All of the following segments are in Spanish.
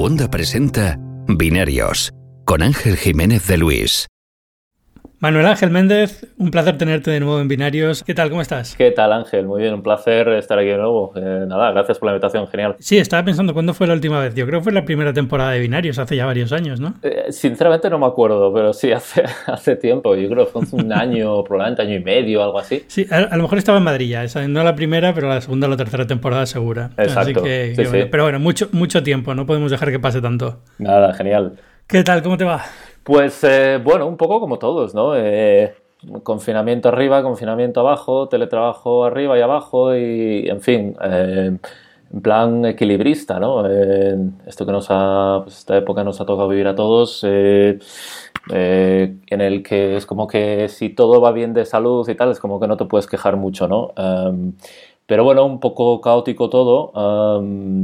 Segunda presenta Binarios, con Ángel Jiménez de Luis. Manuel Ángel Méndez, un placer tenerte de nuevo en Binarios. ¿Qué tal? ¿Cómo estás? ¿Qué tal, Ángel? Muy bien, un placer estar aquí de nuevo. Nada, gracias por la invitación, genial. Sí, estaba pensando cuándo fue la última vez. Yo creo que fue la primera temporada de Binarios, hace ya varios años, ¿no? Sinceramente no me acuerdo, pero sí, hace tiempo. Yo creo que fue un año, probablemente año y medio, algo así. Sí, a lo mejor estaba en Madrid ya, esa, no la primera, pero la segunda o la tercera temporada segura. Exacto. Así que, sí, bueno. sí. Pero bueno, mucho tiempo, no podemos dejar que pase tanto. Nada, genial. ¿Qué tal? ¿Cómo te va? Pues, bueno, un poco como todos, ¿no? Confinamiento arriba, confinamiento abajo, teletrabajo arriba y abajo y, en fin, en plan equilibrista, ¿no? Esto que pues esta época nos ha tocado vivir a todos, en el que es como que si todo va bien de salud y tal, es como que no te puedes quejar mucho, ¿no? Pero bueno, un poco caótico todo.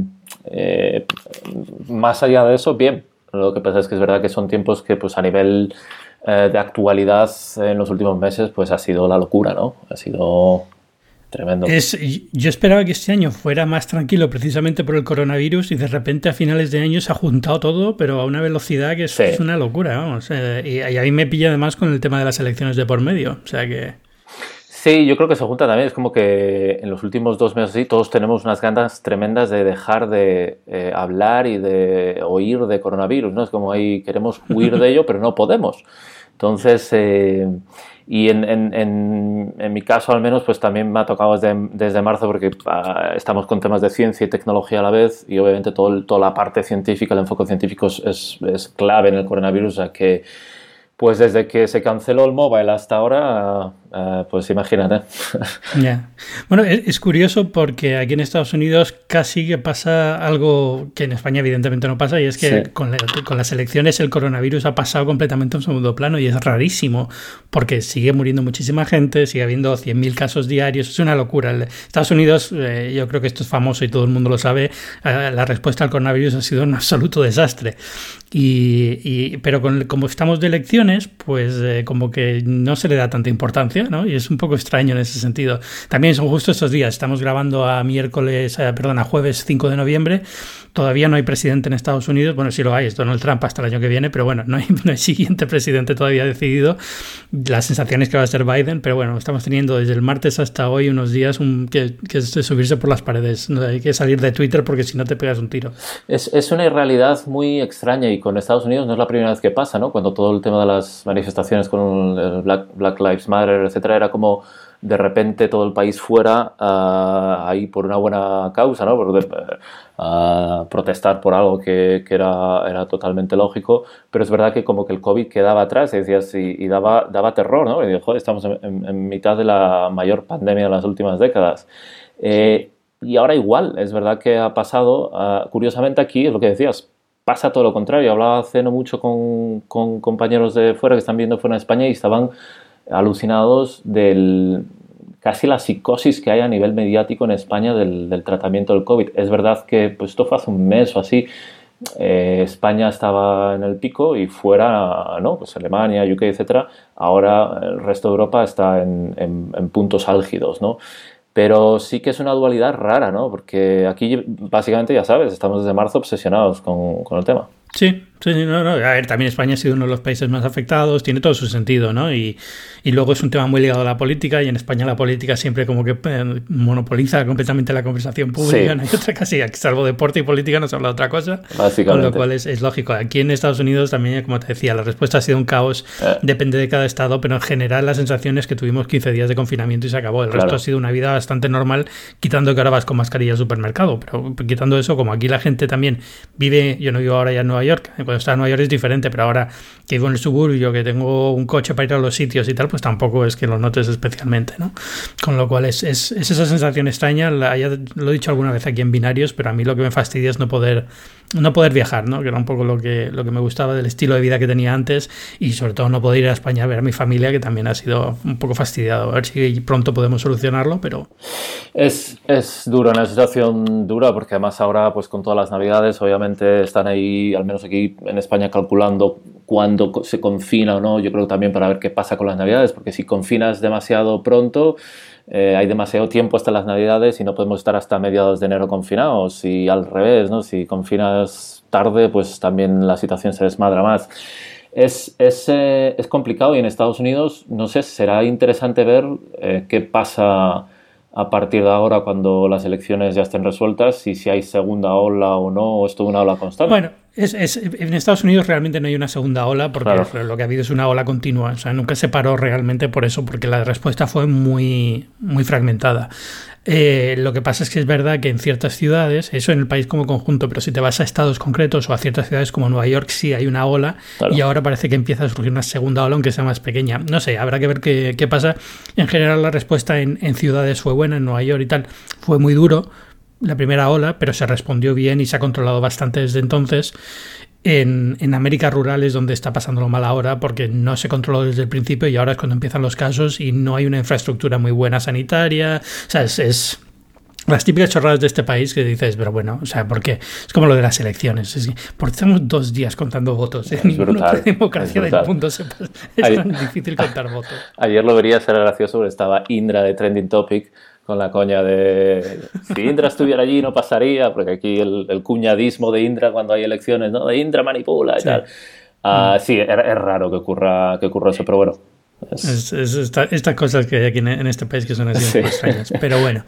Más allá de eso, bien. Lo que pasa es que es verdad que son tiempos que, pues, a nivel de actualidad en los últimos meses, pues ha sido la locura, ¿no? Ha sido tremendo. Yo esperaba que este año fuera más tranquilo precisamente por el coronavirus y de repente a finales de año se ha juntado todo, pero a una velocidad que es una locura, vamos. Y a mí me pilla además con el tema de las elecciones de por medio, o sea que... Sí, yo creo que se junta también. Es como que en los últimos 2 meses así, todos tenemos unas ganas tremendas de dejar de hablar y de oír de coronavirus, ¿no? Es como ahí queremos huir de ello, pero no podemos. Entonces, y en mi caso al menos, pues también me ha tocado desde marzo porque estamos con temas de ciencia y tecnología a la vez y obviamente toda la parte científica, el enfoque científico es clave en el coronavirus, o sea que pues desde que se canceló el mobile hasta ahora, pues imagínate. Yeah. Bueno, es curioso porque aquí en Estados Unidos casi que pasa algo que en España evidentemente no pasa, y es que con las elecciones el coronavirus ha pasado completamente a un segundo plano y es rarísimo porque sigue muriendo muchísima gente, sigue habiendo 100.000 casos diarios, es una locura. Estados Unidos, yo creo que esto es famoso y todo el mundo lo sabe, la respuesta al coronavirus ha sido un absoluto desastre. Pero como estamos de elecciones, pues como que no se le da tanta importancia, ¿no? Y es un poco extraño en ese sentido. También son justo estos días, estamos grabando a jueves 5 de noviembre, todavía no hay presidente en Estados Unidos, bueno, sí lo hay, es Donald Trump hasta el año que viene, pero bueno, no hay siguiente presidente todavía decidido. La sensación es que va a ser Biden, pero bueno, estamos teniendo desde el martes hasta hoy unos días que es de subirse por las paredes, ¿no? Hay que salir de Twitter porque si no te pegas un tiro. Es una irrealidad muy extraña y con Estados Unidos no es la primera vez que pasa, ¿no? Cuando todo el tema de las manifestaciones con el Black Lives Matter, etcétera, era como de repente todo el país fuera ahí por una buena causa, ¿no? Por protestar por algo que era totalmente lógico, pero es verdad que como que el COVID quedaba atrás, y decías, y daba terror, ¿no? Y digo, joder, estamos en mitad de la mayor pandemia de las últimas décadas. Y ahora igual, es verdad que ha pasado, curiosamente aquí es lo que decías, pasa todo lo contrario. Hablaba hace no mucho con compañeros de fuera que están viendo fuera de España y estaban alucinados del casi la psicosis que hay a nivel mediático en España del tratamiento del COVID. Es verdad que pues esto fue hace un mes o así, España estaba en el pico y fuera, ¿no? Pues Alemania, UK, etcétera. Ahora el resto de Europa está en puntos álgidos, ¿no? Pero sí que es una dualidad rara, ¿no? Porque aquí, básicamente, ya sabes, estamos desde marzo obsesionados con el tema. Sí, no. A ver, también España ha sido uno de los países más afectados, tiene todo su sentido, ¿no? Y luego es un tema muy ligado a la política, y en España la política siempre como que monopoliza completamente la conversación pública, sí. No hay otra casi, salvo deporte y política no se habla de otra cosa, con lo cual es lógico. Aquí en Estados Unidos también, como te decía, la respuesta ha sido un caos, depende de cada estado, pero en general la sensación es que tuvimos 15 días de confinamiento y se acabó. El resto ha sido una vida bastante normal, quitando que ahora vas con mascarilla al supermercado, pero quitando eso, como aquí la gente también vive, yo no vivo ahora ya en Nueva York, cuando estaba en Nueva York es diferente, pero ahora que vivo en el suburbio, que tengo un coche para ir a los sitios y tal, pues tampoco es que lo notes especialmente, ¿no? Con lo cual es esa sensación extraña, ya lo he dicho alguna vez aquí en Binarios, pero a mí lo que me fastidia es no poder viajar, ¿no? Que era un poco lo que me gustaba del estilo de vida que tenía antes, y sobre todo no poder ir a España a ver a mi familia, que también ha sido un poco fastidiado. A ver si pronto podemos solucionarlo, pero... Es duro, una situación dura, porque además ahora, pues con todas las navidades, obviamente están ahí, al menos aquí, en España calculando cuándo se confina o no, yo creo también para ver qué pasa con las Navidades, porque si confinas demasiado pronto, hay demasiado tiempo hasta las Navidades y no podemos estar hasta mediados de enero confinados, y al revés, ¿no? Si confinas tarde, pues también la situación se desmadra más. Es complicado, y en Estados Unidos, no sé, será interesante ver qué pasa a partir de ahora cuando las elecciones ya estén resueltas, y si hay segunda ola o no, o es toda una ola constante. Bueno, en Estados Unidos realmente no hay una segunda ola, porque claro, lo que ha habido es una ola continua. O sea, nunca se paró realmente por eso, porque la respuesta fue muy, muy fragmentada. Lo que pasa es que es verdad que en ciertas ciudades, eso en el país como conjunto, pero si te vas a estados concretos o a ciertas ciudades como Nueva York, sí hay una ola, claro. Y ahora parece que empieza a surgir una segunda ola, aunque sea más pequeña. No sé, habrá que ver qué pasa. En general la respuesta en ciudades fue buena, en Nueva York y tal, fue muy duro la primera ola, pero se respondió bien y se ha controlado bastante desde entonces. En América rural es donde está pasándolo mal ahora, porque no se controló desde el principio y ahora es cuando empiezan los casos y no hay una infraestructura muy buena sanitaria. O sea, es las típicas chorradas de este país que dices, pero bueno, o sea, ¿por qué? Es como lo de las elecciones. Es que, porque estamos 2 días contando votos. En ninguna otra democracia del mundo es tan difícil contar votos. Ayer lo vería, ser gracioso, porque estaba Indra de Trending Topic con la coña de si Indra estuviera allí no pasaría, porque aquí el cuñadismo de Indra cuando hay elecciones, ¿no? De Indra manipula y tal. Sí, es raro que ocurra eso, pero bueno. Estas cosas que hay aquí en este país que son así un poco extrañas. Pero bueno.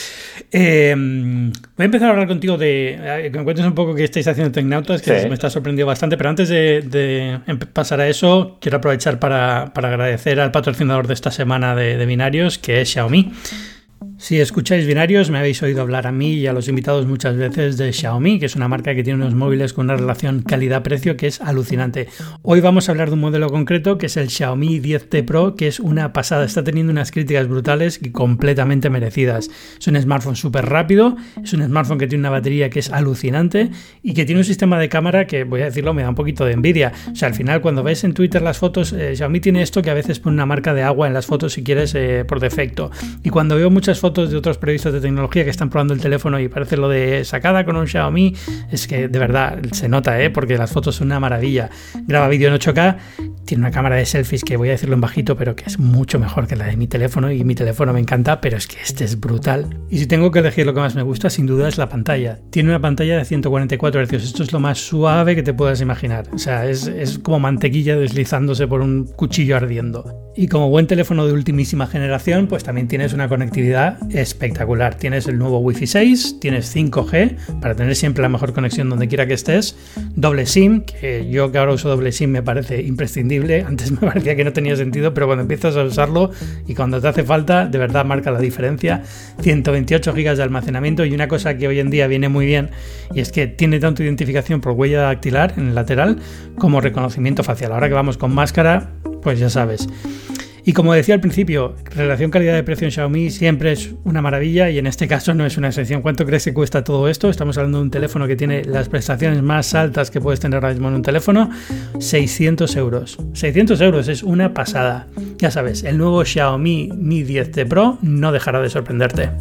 Voy a empezar a hablar contigo que me cuentes un poco qué estáis haciendo Tecnautas, que me está sorprendiendo bastante, pero antes de pasar a eso, quiero aprovechar para agradecer al patrocinador de esta semana de Binarios, que es Xiaomi. Si escucháis Binarios, me habéis oído hablar a mí y a los invitados muchas veces de Xiaomi, que es una marca que tiene unos móviles con una relación calidad-precio que es alucinante. Hoy vamos a hablar de un modelo concreto, que es el Xiaomi 10T Pro, que es una pasada. Está teniendo unas críticas brutales y completamente merecidas. Es un smartphone súper rápido, es un smartphone que tiene una batería que es alucinante y que tiene un sistema de cámara que, voy a decirlo, me da un poquito de envidia. O sea, al final, cuando ves en Twitter las fotos, Xiaomi tiene esto que a veces pone una marca de agua en las fotos si quieres por defecto. Y cuando veo muchas fotos de otros periodistas de tecnología que están probando el teléfono y parece lo de sacada con un Xiaomi, es que de verdad se nota, porque las fotos son una maravilla. Graba vídeo en 8K, tiene una cámara de selfies que voy a decirlo en bajito, pero que es mucho mejor que la de mi teléfono, y mi teléfono me encanta, pero es que este es brutal. Y si tengo que elegir lo que más me gusta, sin duda es la pantalla. Tiene una pantalla de 144 Hz, esto es lo más suave que te puedas imaginar. O sea, es como mantequilla deslizándose por un cuchillo ardiendo. Y como buen teléfono de ultimísima generación, pues también tienes una conectividad espectacular. Tienes el nuevo Wi-Fi 6, tienes 5G para tener siempre la mejor conexión donde quiera que estés, doble SIM, que yo que ahora uso doble SIM me parece imprescindible. Antes me parecía que no tenía sentido, pero cuando empiezas a usarlo y cuando te hace falta, de verdad marca la diferencia. 128 GB de almacenamiento, y una cosa que hoy en día viene muy bien, y es que tiene tanto identificación por huella dactilar en el lateral como reconocimiento facial. Ahora que vamos con máscara, pues ya sabes. Y como decía al principio, relación calidad de precio en Xiaomi siempre es una maravilla, y en este caso no es una excepción. ¿Cuánto crees que cuesta todo esto? Estamos hablando de un teléfono que tiene las prestaciones más altas que puedes tener ahora mismo en un teléfono. 600 euros. 600 euros es una pasada. Ya sabes, el nuevo Xiaomi Mi 10T Pro no dejará de sorprenderte.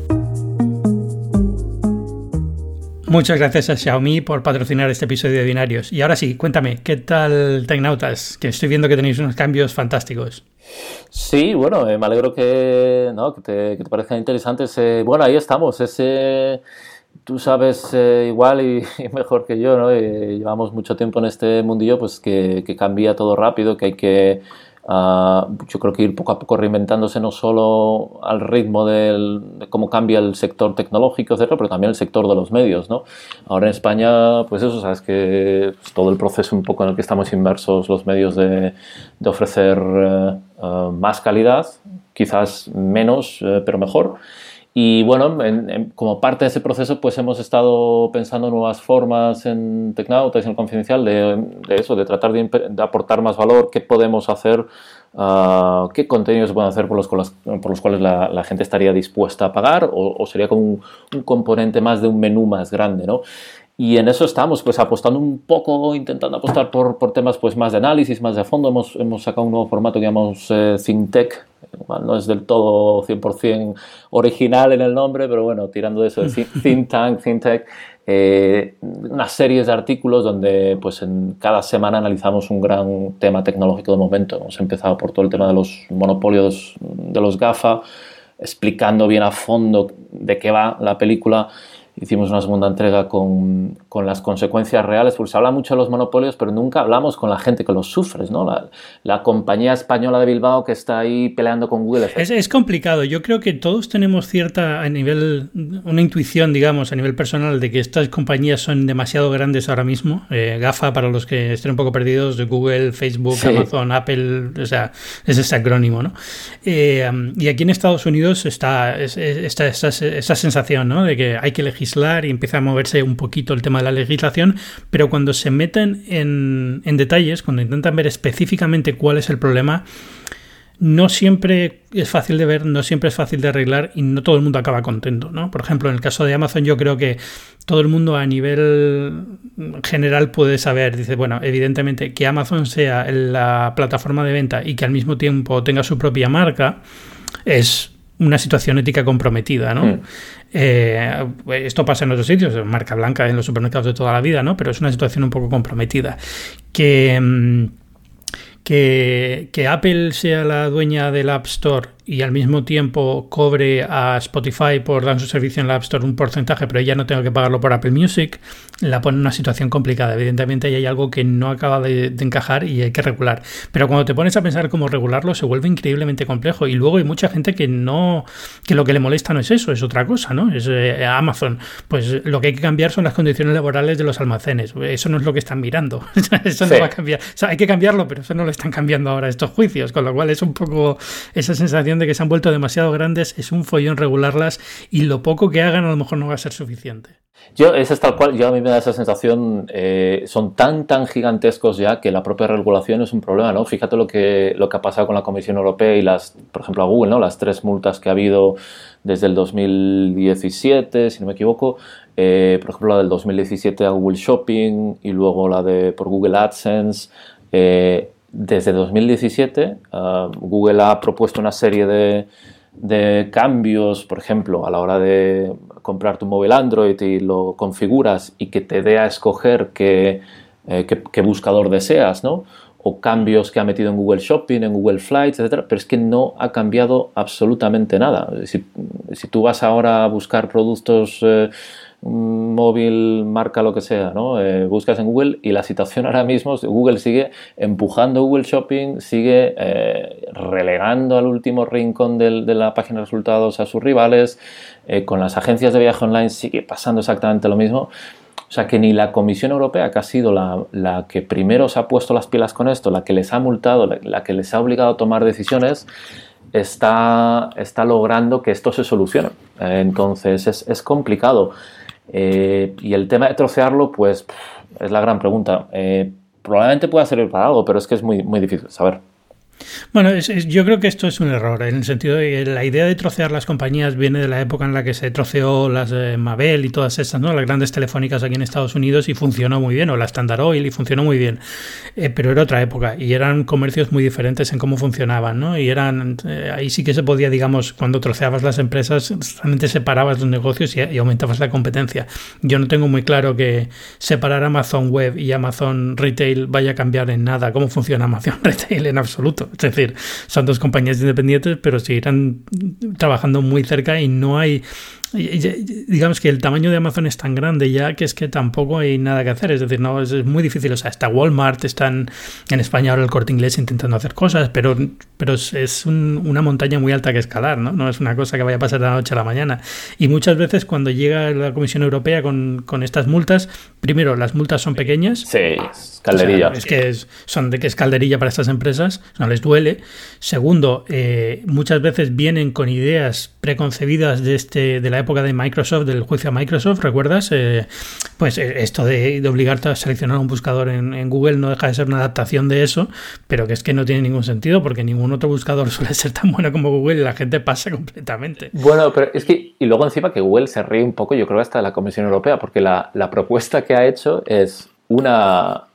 Muchas gracias a Xiaomi por patrocinar este episodio de Binarios. Y ahora sí, cuéntame, ¿qué tal Tecnautas? Que estoy viendo que tenéis unos cambios fantásticos. Sí, bueno, me alegro que te parezcan interesantes. Bueno, ahí estamos. Tú sabes igual y mejor que yo, ¿no? Llevamos mucho tiempo en este mundillo, pues que cambia todo rápido, que hay que... yo creo que ir poco a poco reinventándose, no solo al ritmo de cómo cambia el sector tecnológico, etcétera, pero también el sector de los medios, ¿no? Ahora en España, pues eso, sabes que pues, todo el proceso un poco en el que estamos inmersos los medios de ofrecer más calidad, quizás menos, pero mejor. Y bueno, como parte de ese proceso, pues hemos estado pensando nuevas formas en Tecnautas y en el Confidencial de tratar de aportar más valor, qué podemos hacer, qué contenidos se pueden hacer por los cuales la gente estaría dispuesta a pagar, o sería como un componente más de un menú más grande, ¿no? Y en eso estamos, pues apostando un poco, intentando apostar por temas pues más de análisis, más de fondo. Hemos sacado un nuevo formato que llamamos Think Tech. No es del todo 100% original en el nombre, pero bueno, tirando de eso de Think Tank, Think Tech. Unas series de artículos donde pues en cada semana analizamos un gran tema tecnológico de momento. Hemos empezado por todo el tema de los monopolios de los GAFA, explicando bien a fondo de qué va la película. Hicimos una segunda entrega con las consecuencias reales, porque se habla mucho de los monopolios, pero nunca hablamos con la gente que los sufre, ¿no? La compañía española de Bilbao que está ahí peleando con Google. Es complicado. Yo creo que todos tenemos una intuición, digamos, a nivel personal de que estas compañías son demasiado grandes ahora mismo. GAFA, para los que estén un poco perdidos, de Google, Facebook, sí. Amazon, Apple, o sea, es ese acrónimo, ¿no? Y aquí en Estados Unidos está esa sensación, ¿no? De que hay que legislar y empieza a moverse un poquito el tema de la legislación, pero cuando se meten en detalles, cuando intentan ver específicamente cuál es el problema, no siempre es fácil de ver, no siempre es fácil de arreglar y no todo el mundo acaba contento, ¿no? Por ejemplo, en el caso de Amazon, yo creo que todo el mundo a nivel general puede saber, dice, bueno, evidentemente que Amazon sea la plataforma de venta y que al mismo tiempo tenga su propia marca es una situación ética comprometida, ¿no? Esto pasa en otros sitios, marca blanca en los supermercados de toda la vida, ¿no? Pero es una situación un poco comprometida. Que Apple sea la dueña del App Store y al mismo tiempo cobre a Spotify por dar su servicio en la App Store un porcentaje, pero ella no tenga que pagarlo por Apple Music, la pone en una situación complicada. Evidentemente ahí hay algo que no acaba de encajar y hay que regular. Pero cuando te pones a pensar cómo regularlo, se vuelve increíblemente complejo. Y luego hay mucha gente que lo que le molesta no es eso, es otra cosa, ¿no? Es Amazon. Pues lo que hay que cambiar son las condiciones laborales de los almacenes. Eso no es lo que están mirando. Eso no va a cambiar. O sea, hay que cambiarlo, pero eso no lo están cambiando ahora estos juicios. Con lo cual es un poco esa sensación de que se han vuelto demasiado grandes, es un follón regularlas y lo poco que hagan a lo mejor no va a ser suficiente. Eso es tal cual, a mí me da esa sensación, son tan gigantescos ya que la propia regulación es un problema, ¿no? Fíjate lo que ha pasado con la Comisión Europea y por ejemplo a Google, ¿no? Las 3 multas que ha habido desde el 2017, si no me equivoco, por ejemplo la del 2017 a Google Shopping y luego la por Google AdSense. Desde 2017 Google ha propuesto una serie de cambios, por ejemplo, a la hora de comprar tu móvil Android y lo configuras y que te dé a escoger qué buscador deseas, ¿no? O cambios que ha metido en Google Shopping, en Google Flights, etcétera, pero es que no ha cambiado absolutamente nada. Si tú vas ahora a buscar productos móvil, marca lo que sea, ¿no? Buscas en Google y la situación ahora mismo, Google sigue empujando Google Shopping, sigue relegando al último rincón de la página de resultados a sus rivales, con las agencias de viaje online sigue pasando exactamente lo mismo. O sea que ni la Comisión Europea, que ha sido la que primero se ha puesto las pilas con esto, la que les ha multado, la que les ha obligado a tomar decisiones, está logrando que esto se solucione. Entonces es complicado. Y el tema de trocearlo, pues es la gran pregunta. Probablemente pueda servir para algo, pero es que es muy difícil saber. Bueno, yo creo que esto es un error, en el sentido de que la idea de trocear las compañías viene de la época en la que se troceó las Mabel y todas estas, ¿no? Las grandes telefónicas aquí en Estados Unidos y funcionó muy bien, o la Standard Oil y funcionó muy bien, pero era otra época y eran comercios muy diferentes en cómo funcionaban, ¿no? Y ahí sí que se podía, digamos, cuando troceabas las empresas, realmente separabas los negocios y aumentabas la competencia. Yo no tengo muy claro que separar Amazon Web y Amazon Retail vaya a cambiar en nada cómo funciona Amazon Retail en absoluto. Es decir, son dos compañías independientes, pero seguirán trabajando muy cerca y no hay... Digamos que el tamaño de Amazon es tan grande ya que es que tampoco hay nada que hacer. Es decir, no, es muy difícil. O sea, está Walmart, están en España ahora el Corte Inglés intentando hacer cosas, pero es una montaña muy alta que escalar, ¿no? No es una cosa que vaya a pasar de la noche a la mañana. Y muchas veces cuando llega la Comisión Europea con estas multas, primero, las multas son pequeñas. Sí, es calderilla. O sea, son de que es calderilla para estas empresas, no les duele. Segundo, muchas veces vienen con ideas preconcebidas de la época de Microsoft, del juicio a Microsoft, ¿recuerdas? Pues esto de obligarte a seleccionar un buscador en Google no deja de ser una adaptación de eso, pero que es que no tiene ningún sentido porque ningún otro buscador suele ser tan bueno como Google y la gente pasa completamente. Bueno, pero es que, y luego encima que Google se ríe un poco, yo creo, hasta de la Comisión Europea, porque la propuesta que ha hecho es una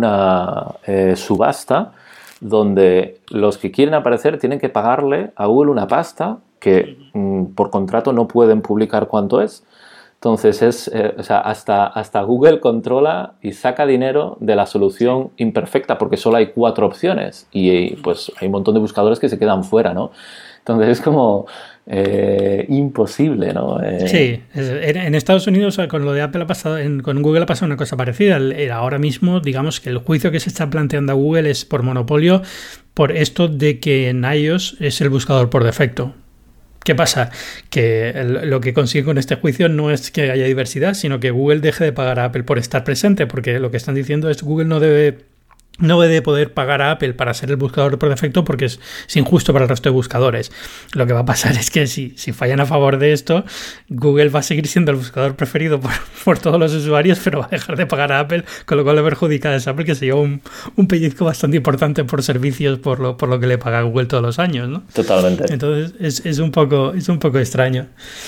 subasta donde los que quieren aparecer tienen que pagarle a Google una pasta que por contrato no pueden publicar cuánto es. Entonces hasta Google controla y saca dinero de la solución imperfecta porque solo hay 4 opciones y pues hay un montón de buscadores que se quedan fuera, ¿no? Entonces es como imposible, ¿no? Sí, en Estados Unidos con lo de Apple ha pasado, con Google ha pasado una cosa parecida. Ahora mismo, digamos que el juicio que se está planteando a Google es por monopolio, por esto de que en iOS es el buscador por defecto. ¿Qué pasa? Que lo que consigue con este juicio no es que haya diversidad, sino que Google deje de pagar a Apple por estar presente, porque lo que están diciendo es que Google no debe poder pagar a Apple para ser el buscador por defecto porque es injusto para el resto de buscadores. Lo que va a pasar es que si fallan a favor de esto, Google va a seguir siendo el buscador preferido por todos los usuarios, pero va a dejar de pagar a Apple, con lo cual le perjudica a Apple, que se lleva un pellizco bastante importante por servicios por lo que le paga Google todos los años, ¿no? Totalmente. Entonces es un poco extraño.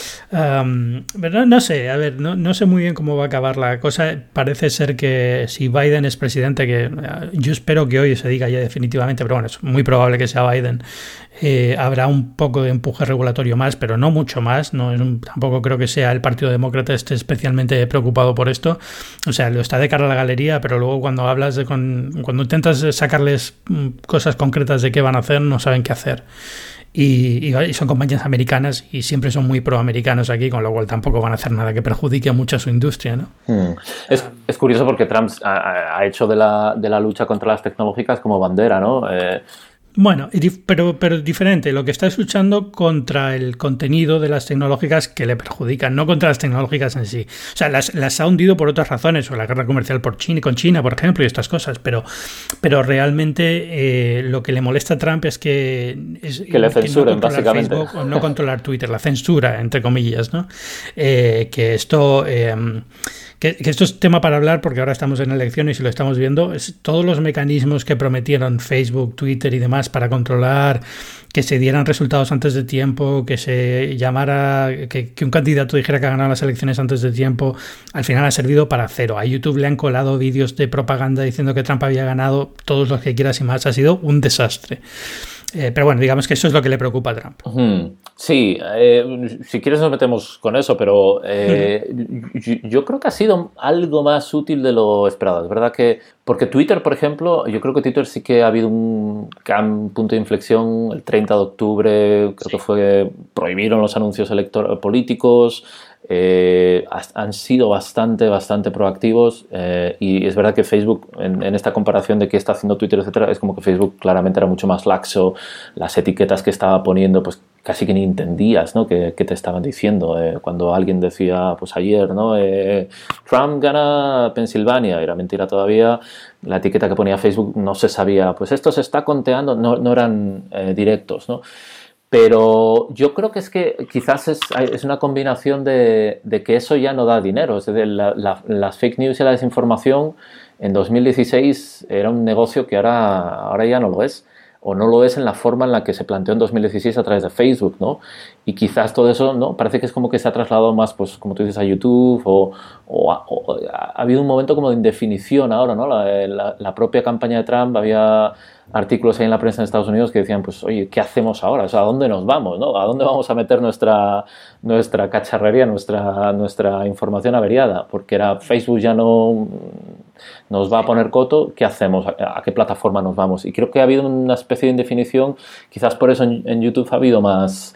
Pero no sé, a ver, no sé muy bien cómo va a acabar la cosa. Parece ser que si Biden es presidente, que yo espero que hoy se diga ya definitivamente, pero bueno, es muy probable que sea Biden, habrá un poco de empuje regulatorio más, pero no mucho más. Tampoco creo que sea el Partido Demócrata esté especialmente preocupado por esto. O sea, lo está de cara a la galería, pero luego cuando hablas cuando intentas sacarles cosas concretas de qué van a hacer, no saben qué hacer. Y son compañías americanas y siempre son muy proamericanos aquí, con lo cual tampoco van a hacer nada que perjudique mucho a su industria, ¿no? Es curioso porque Trump ha hecho de la lucha contra las tecnológicas como bandera, ¿no? Bueno, pero diferente. Lo que está es luchando contra el contenido de las tecnológicas que le perjudican, no contra las tecnológicas en sí. O sea, las ha hundido por otras razones, o la guerra comercial con China, por ejemplo, y estas cosas. Pero realmente lo que le molesta a Trump es que le censuren, no básicamente. Facebook, o no controlar Twitter, la censura, entre comillas, ¿no? Que esto es tema para hablar porque ahora estamos en elecciones y lo estamos viendo. Todos los mecanismos que prometieron Facebook, Twitter y demás para controlar, que se dieran resultados antes de tiempo, que se llamara, que un candidato dijera que ha ganado las elecciones antes de tiempo, al final ha servido para cero. A YouTube le han colado vídeos de propaganda diciendo que Trump había ganado, todos los que quieras y más. Ha sido un desastre. Pero bueno, digamos que eso es lo que le preocupa a Trump. Sí, si quieres nos metemos con eso, pero yo creo que ha sido algo más útil de lo esperado. Es verdad que, porque Twitter, por ejemplo, yo creo que Twitter sí que ha habido un punto de inflexión el 30 de octubre, creo que fue, prohibieron los anuncios políticos. Han sido bastante proactivos y es verdad que Facebook en esta comparación de qué está haciendo Twitter, etcétera, es como que Facebook claramente era mucho más laxo. Las etiquetas que estaba poniendo pues casi que ni entendías, ¿no? qué te estaban diciendo cuando alguien decía pues ayer, ¿no? Trump gana Pensilvania, era mentira todavía. La etiqueta que ponía Facebook no se sabía, pues esto se está conteando, no eran directos, ¿no? Pero yo creo que es que quizás es una combinación de que eso ya no da dinero. Es decir, las fake news y la desinformación en 2016 era un negocio que ahora ya no lo es. O no lo es en la forma en la que se planteó en 2016 a través de Facebook, ¿no? Y quizás todo eso, ¿no? Parece que es como que se ha trasladado más, pues, como tú dices, a YouTube o ha habido un momento como de indefinición ahora, ¿no? La propia campaña de Trump, había artículos ahí en la prensa en Estados Unidos que decían, pues, oye, ¿qué hacemos ahora? O sea, ¿a dónde nos vamos, no? ¿A dónde vamos a meter nuestra cacharrería, nuestra información averiada? Porque Facebook ya no nos va a poner coto, ¿qué hacemos? ¿A qué plataforma nos vamos? Y creo que ha habido una especie de indefinición, quizás por eso en YouTube ha habido más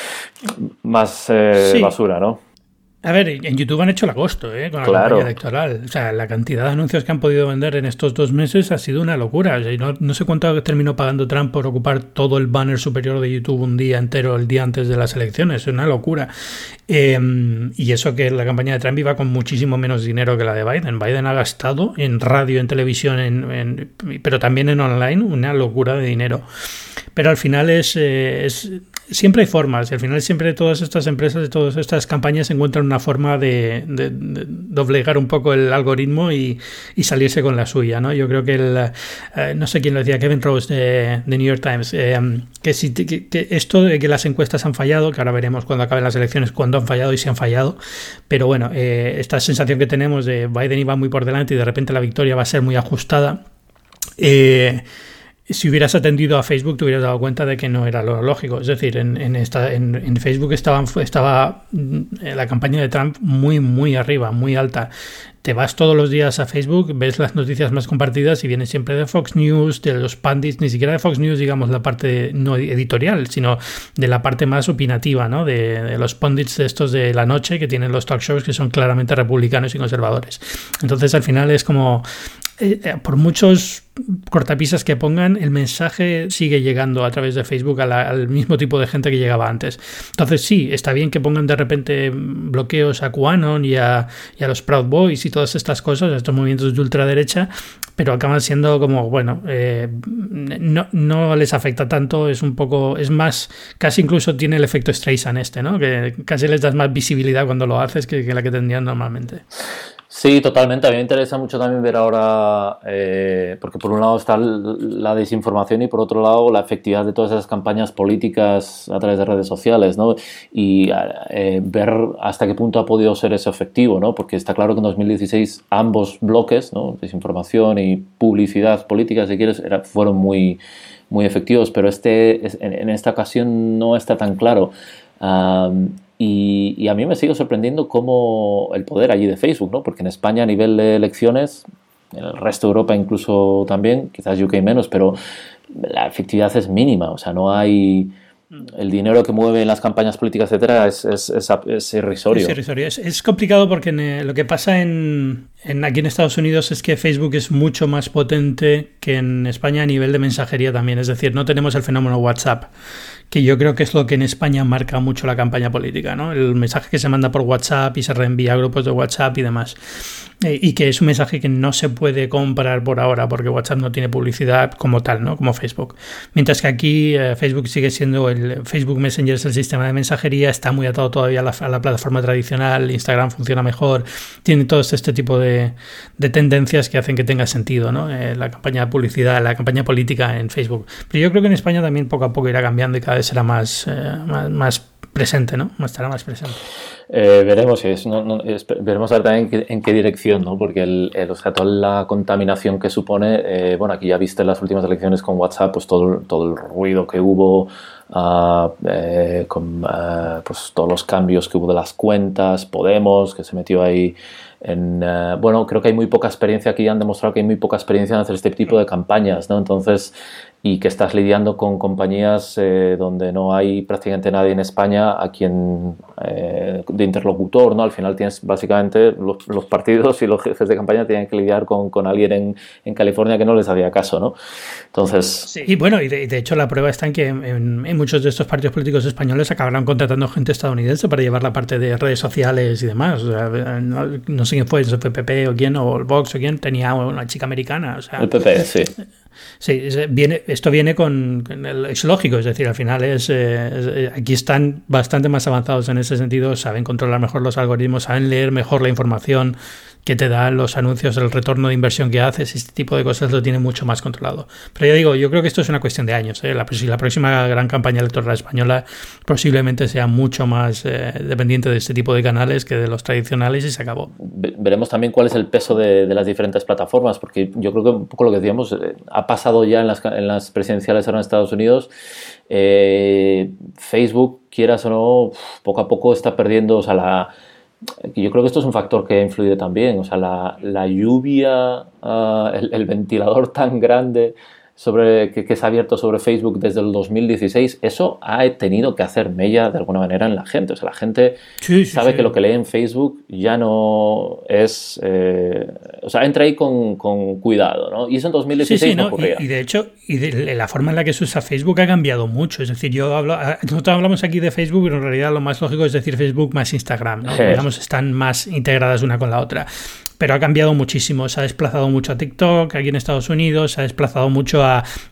sí, basura, ¿no? A ver, en YouTube han hecho el agosto, con la campaña electoral. O sea, la cantidad de anuncios que han podido vender en estos 2 meses ha sido una locura. O sea, no sé cuánto terminó pagando Trump por ocupar todo el banner superior de YouTube un día entero, el día antes de las elecciones. Es una locura. Y eso que la campaña de Trump iba con muchísimo menos dinero que la de Biden. Biden ha gastado en radio, en televisión, pero también en online, una locura de dinero. Pero al final siempre hay formas, y al final siempre todas estas empresas, de todas estas campañas encuentran una forma de doblegar un poco el algoritmo y salirse con la suya, ¿no? Yo creo que no sé quién lo decía, Kevin Rose de New York Times, que esto de que las encuestas han fallado, que ahora veremos cuando acaben las elecciones cuándo han fallado y si han fallado, pero bueno, esta sensación que tenemos de Biden iba muy por delante y de repente la victoria va a ser muy ajustada. Si hubieras atendido a Facebook te hubieras dado cuenta de que no era lo lógico. Es decir, en Facebook estaba la campaña de Trump muy, muy arriba, muy alta. Te vas todos los días a Facebook, ves las noticias más compartidas y vienen siempre de Fox News, de los pundits, ni siquiera de Fox News, digamos, la parte no editorial, sino de la parte más opinativa, ¿no? De los pundits estos de la noche que tienen los talk shows que son claramente republicanos y conservadores. Entonces, al final es como... por muchos cortapisas que pongan, el mensaje sigue llegando a través de Facebook al mismo tipo de gente que llegaba antes. Entonces sí, está bien que pongan de repente bloqueos a QAnon y a los Proud Boys y todas estas cosas, estos movimientos de ultraderecha, pero acaban siendo como, bueno, no les afecta tanto, es un poco, es más, casi incluso tiene el efecto Streisand ¿no? Que casi les das más visibilidad cuando lo haces que la que tendrían normalmente. Sí, totalmente. A mí me interesa mucho también ver ahora, porque por un lado está la desinformación y por otro lado la efectividad de todas esas campañas políticas a través de redes sociales, ¿no? Y ver hasta qué punto ha podido ser eso efectivo, ¿no? Porque está claro que en 2016 ambos bloques, ¿no? Desinformación y publicidad política, si quieres, fueron muy, muy efectivos, pero en esta ocasión no está tan claro. Y a mí me sigue sorprendiendo cómo el poder allí de Facebook, ¿no? Porque en España a nivel de elecciones, en el resto de Europa incluso también, quizás UK menos, pero la efectividad es mínima, o sea, no hay... El dinero que mueve en las campañas políticas, etcétera, es irrisorio. Es irrisorio. Es complicado porque lo que pasa aquí en Estados Unidos es que Facebook es mucho más potente que en España a nivel de mensajería también. Es decir, no tenemos el fenómeno WhatsApp, que yo creo que es lo que en España marca mucho la campaña política, ¿no? El mensaje que se manda por WhatsApp y se reenvía a grupos de WhatsApp y demás. Y que es un mensaje que no se puede comprar por ahora porque WhatsApp no tiene publicidad como tal, ¿no? Como Facebook. Mientras que aquí Facebook sigue siendo el Facebook Messenger, es el sistema de mensajería, está muy atado todavía a la plataforma tradicional, Instagram funciona mejor, tiene todo este tipo de tendencias que hacen que tenga sentido, ¿no? La campaña de publicidad, la campaña política en Facebook. Pero yo creo que en España también poco a poco irá cambiando y cada vez será más presente, ¿no? Estará más presente. Veremos veremos a ver también en qué dirección, ¿no? Porque o sea, toda la contaminación que supone, bueno, aquí ya viste en las últimas elecciones con WhatsApp, pues todo el ruido que hubo, pues todos los cambios que hubo de las cuentas, Podemos, que se metió ahí bueno, creo que hay muy poca experiencia, aquí han demostrado que hay muy poca experiencia en hacer este tipo de campañas, ¿no? Entonces, y que estás lidiando con compañías donde no hay prácticamente nadie en España a quien de interlocutor, ¿no? Al final tienes básicamente los partidos y los jefes de campaña tienen que lidiar con alguien en California que no les hacía caso, ¿no? Entonces... Sí, y bueno, y de hecho la prueba está en que en muchos de estos partidos políticos españoles acabarán contratando gente estadounidense para llevar la parte de redes sociales y demás. O sea, no sé quién fue, si fue PP o quién, o el Vox o quién, tenía una chica americana. O sea, el PP, sí. Sí, esto viene es lógico, es decir, al final aquí están bastante más avanzados en ese sentido, saben controlar mejor los algoritmos, saben leer mejor la información que te dan los anuncios, el retorno de inversión que haces, este tipo de cosas lo tienen mucho más controlado. Pero ya digo, yo creo que esto es una cuestión de años. La próxima gran campaña electoral española posiblemente sea mucho más dependiente de este tipo de canales que de los tradicionales y se acabó. Veremos también cuál es el peso de las diferentes plataformas, porque yo creo que un poco lo que decíamos ha pasado ya en las presidenciales ahora en Estados Unidos. Facebook, quieras o no, poco a poco está perdiendo, o sea, yo creo que esto es un factor que ha influido también, o sea, la lluvia, el ventilador tan grande que se ha abierto sobre Facebook desde el 2016, eso ha tenido que hacer mella de alguna manera en la gente. O sea, la gente sabe que lo que lee en Facebook ya no es... o sea, entra ahí con cuidado, ¿no? Y eso en 2016 no ocurría. Y de hecho, la forma en la que se usa Facebook ha cambiado mucho. Es decir, nosotros hablamos aquí de Facebook, pero en realidad lo más lógico es decir Facebook más Instagram, ¿no? Digamos, están más integradas una con la otra. pero ha cambiado muchísimo. Se ha desplazado mucho a TikTok aquí en Estados Unidos, se ha desplazado mucho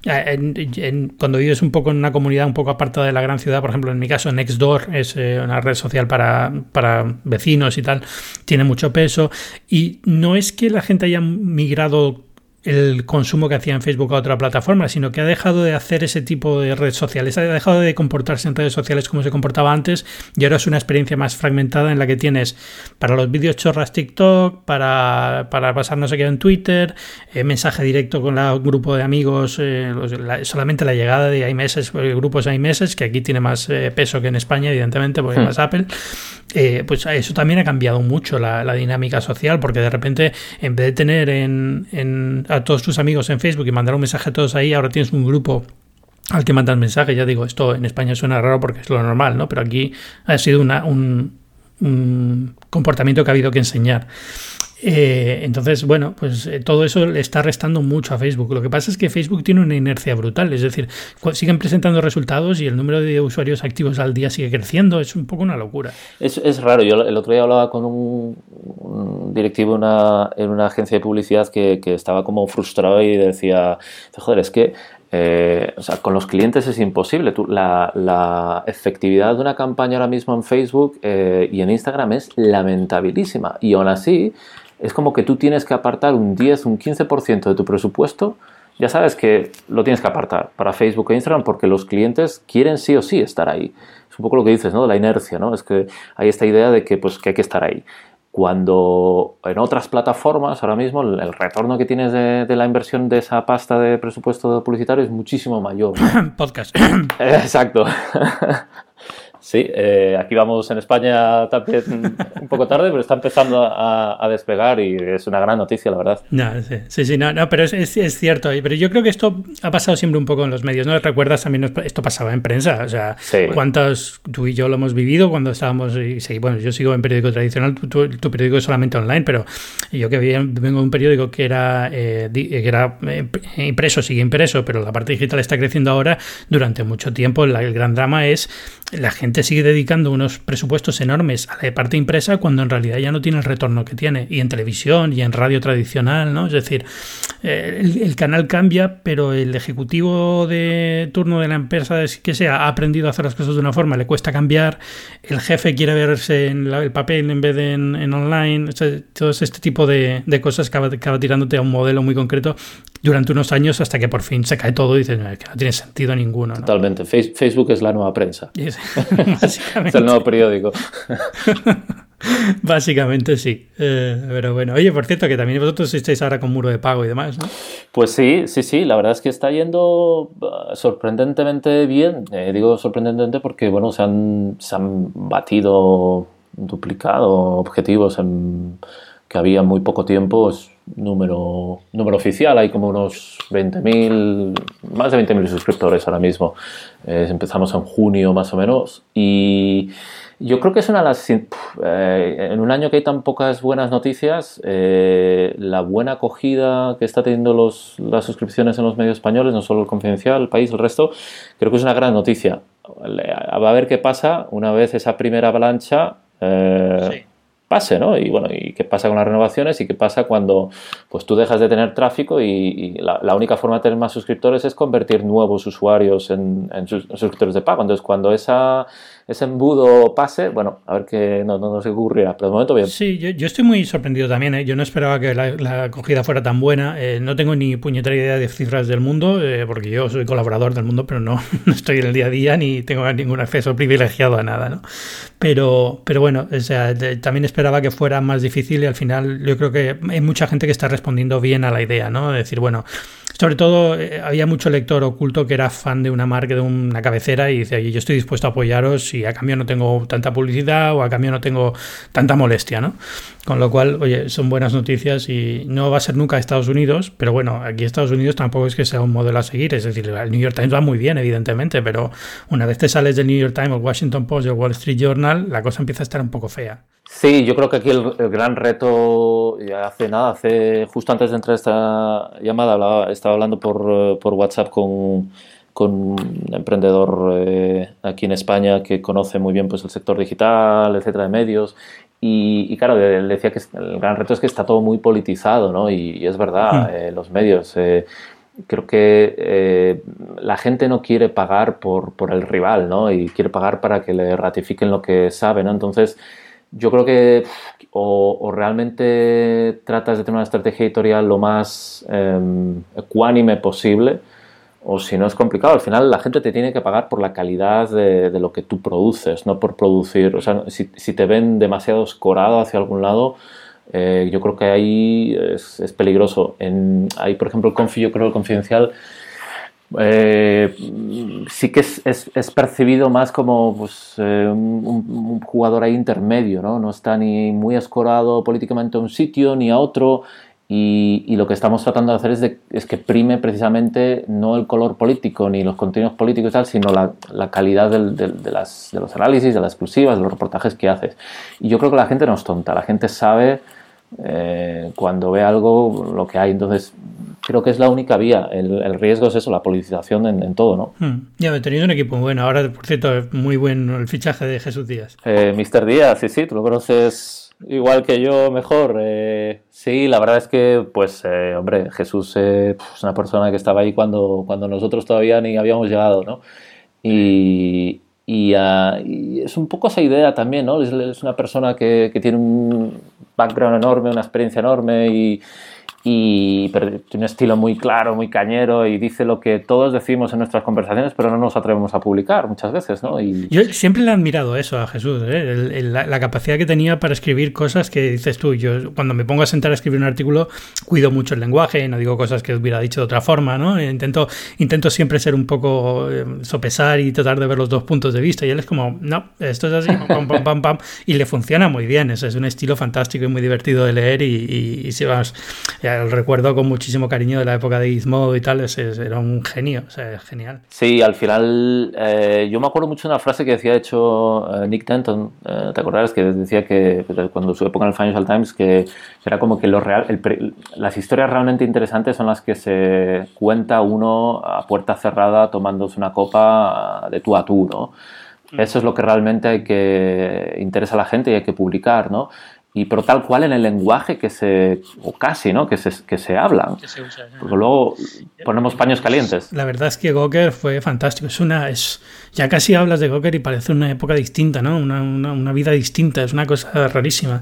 cuando vives un poco en una comunidad un poco apartada de la gran ciudad, por ejemplo, en mi caso Nextdoor es una red social para vecinos y tal, tiene mucho peso, y no es que la gente haya migrado el consumo que hacía en Facebook a otra plataforma, sino que ha dejado de hacer ese tipo de redes sociales, ha dejado de comportarse en redes sociales como se comportaba antes, y ahora es una experiencia más fragmentada en la que tienes para los vídeos chorras TikTok, para pasar no sé qué en Twitter, mensaje directo con el grupo de amigos, solamente la llegada de iMessage, grupos iMessage, que aquí tiene más peso que en España, evidentemente, porque más Apple. Pues eso también ha cambiado mucho la dinámica social, porque de repente, en vez de tener a todos tus amigos en Facebook y mandar un mensaje a todos ahí, ahora tienes un grupo al que mandas mensajes. Ya digo, esto en España suena raro porque es lo normal, ¿no? Pero aquí ha sido un comportamiento que ha habido que enseñar. Entonces, bueno, pues todo eso le está restando mucho a Facebook. Lo que pasa es que Facebook tiene una inercia brutal, es decir, siguen presentando resultados y el número de usuarios activos al día sigue creciendo. Es un poco una locura. Es raro. Yo el otro día hablaba con un directivo en una agencia de publicidad que estaba como frustrado y decía, joder, es que o sea, con los clientes es imposible. La efectividad de una campaña ahora mismo en Facebook y en Instagram es lamentabilísima, y aún así es como que tú tienes que apartar un 10, un 15% de tu presupuesto. Ya sabes que lo tienes que apartar para Facebook e Instagram porque los clientes quieren sí o sí estar ahí. Es un poco lo que dices, ¿no? De la inercia, ¿no? Es que hay esta idea de que, pues, que hay que estar ahí. Cuando en otras plataformas ahora mismo el retorno que tienes de la inversión de esa pasta de presupuesto publicitario es muchísimo mayor. Podcast. Exacto. Sí, aquí vamos en España también un poco tarde, pero está empezando a despegar y es una gran noticia, la verdad. No, sí, no, pero es cierto. Pero yo creo que esto ha pasado siempre un poco en los medios, ¿no? ¿Recuerdas? También esto pasaba en prensa. O sea, sí. ¿Cuántos tú y yo lo hemos vivido cuando estábamos? Bueno, yo sigo en periódico tradicional, tu periódico es solamente online, pero yo que vengo de un periódico que era impreso, sigue impreso, pero la parte digital está creciendo ahora. Durante mucho tiempo el gran drama es la gente sigue dedicando unos presupuestos enormes a la parte impresa cuando en realidad ya no tiene el retorno que tiene, y en televisión y en radio tradicional, ¿no? Es decir, el canal cambia, pero el ejecutivo de turno de la empresa que sea ha aprendido a hacer las cosas de una forma, le cuesta cambiar, el jefe quiere verse en el papel en vez de en online. O sea, todo este tipo de cosas acaba tirándote a un modelo muy concreto durante unos años hasta que por fin se cae todo y dices, no, que no tiene sentido ninguno, ¿no? Totalmente. Facebook es la nueva prensa. Básicamente. Es el nuevo periódico. Básicamente sí. Pero bueno, oye, por cierto, que también vosotros estáis ahora con muro de pago y demás, ¿no? Pues sí, la verdad es que está yendo sorprendentemente bien. Digo sorprendentemente porque, bueno, se han duplicado objetivos que había muy poco tiempo. Es número oficial, hay como unos 20.000, más de 20.000 suscriptores ahora mismo. Empezamos en junio más o menos, y yo creo que es una de las... en un año que hay tan pocas buenas noticias, la buena acogida que está teniendo las suscripciones en los medios españoles, no solo el Confidencial, el País, el resto, creo que es una gran noticia. Va a ver qué pasa una vez esa primera avalancha pase, ¿no? Y bueno, y qué pasa con las renovaciones y qué pasa cuando pues tú dejas de tener tráfico y la única forma de tener más suscriptores es convertir nuevos usuarios en suscriptores de pago. Entonces, cuando ese embudo pase, bueno, a ver qué no se ocurrirá, pero de momento bien. Sí, yo estoy muy sorprendido también, ¿eh? Yo no esperaba que la acogida fuera tan buena. No tengo ni puñetera idea de cifras del mundo, porque yo soy colaborador del mundo, pero no estoy en el día a día ni tengo ningún acceso privilegiado a nada, ¿no? Pero bueno, o sea, también esperaba que fuera más difícil, y al final yo creo que hay mucha gente que está respondiendo bien a la idea, ¿no? Es decir, bueno, sobre todo había mucho lector oculto que era fan de una marca, de una cabecera, y dice, oye, yo estoy dispuesto a apoyaros y a cambio no tengo tanta publicidad o a cambio no tengo tanta molestia, ¿no? Con lo cual, oye, son buenas noticias, y no va a ser nunca Estados Unidos, pero bueno, aquí Estados Unidos tampoco es que sea un modelo a seguir. Es decir, el New York Times va muy bien, evidentemente, pero una vez te sales del New York Times, el Washington Post y el Wall Street Journal, la cosa empieza a estar un poco fea. Sí, yo creo que aquí el gran reto, hace justo antes de entrar a esta llamada, estaba hablando por WhatsApp con un emprendedor aquí en España que conoce muy bien pues el sector digital, etcétera, de medios, Y claro, él decía que el gran reto es que está todo muy politizado, ¿no? Y es verdad, los medios. Creo que la gente no quiere pagar por el rival, ¿no? Y quiere pagar para que le ratifiquen lo que sabe, ¿no? Entonces, yo creo que o realmente tratas de tener una estrategia editorial lo más ecuánime posible, o si no es complicado. Al final la gente te tiene que pagar por la calidad de lo que tú produces, no por producir. O sea, si te ven demasiado escorado hacia algún lado, yo creo que ahí es peligroso. Ahí, por ejemplo, yo creo el Confidencial sí que es percibido más como pues, un jugador ahí intermedio, ¿no? No está ni muy escorado políticamente a un sitio ni a otro. Y lo que estamos tratando de hacer es que prime precisamente no el color político ni los contenidos políticos y tal, sino la calidad de los análisis, de las exclusivas, de los reportajes que haces. Y yo creo que la gente no es tonta, la gente sabe cuando ve algo lo que hay. Entonces creo que es la única vía. El riesgo es eso, la politización en todo, ¿no? Ya, he tenido un equipo bueno. Ahora, por cierto, muy bueno el fichaje de Jesús Díaz. Mr. Díaz, sí, tú lo conoces igual que yo, mejor. Sí, la verdad es que, pues, hombre, Jesús es una persona que estaba ahí cuando nosotros todavía ni habíamos llegado, ¿no? Y es un poco esa idea también, ¿no? Es una persona que tiene un background enorme, una experiencia enorme pero tiene un estilo muy claro, muy cañero, y dice lo que todos decimos en nuestras conversaciones, pero no nos atrevemos a publicar muchas veces, ¿no? Yo siempre le he admirado eso a Jesús, la capacidad que tenía para escribir cosas que dices tú. Yo cuando me pongo a sentar a escribir un artículo cuido mucho el lenguaje, no digo cosas que hubiera dicho de otra forma, ¿no? Intento siempre ser un poco sopesar y tratar de ver los dos puntos de vista, y él es como, no, esto es así, pam, pam, pam, pam, y le funciona muy bien. Es un estilo fantástico y muy divertido de leer, y si vas... El recuerdo con muchísimo cariño de la época de Gizmodo y tal, era un genio, o sea, genial. Sí, al final yo me acuerdo mucho de una frase que decía, de hecho, Nick Denton, ¿te acordarás? Que decía que cuando su época en el Financial Times, que era como que las historias realmente interesantes son las que se cuenta uno a puerta cerrada tomándose una copa de tú a tú, ¿no? Eso es lo que realmente interesa a la gente y hay que publicar, ¿no? Pero tal cual en el lenguaje o casi, ¿no? que se habla. Que se usa, ¿no? Porque luego ponemos paños calientes. La verdad es que Gawker fue fantástico. Ya casi hablas de Gawker y parece una época distinta, ¿no? Una vida distinta, es una cosa rarísima.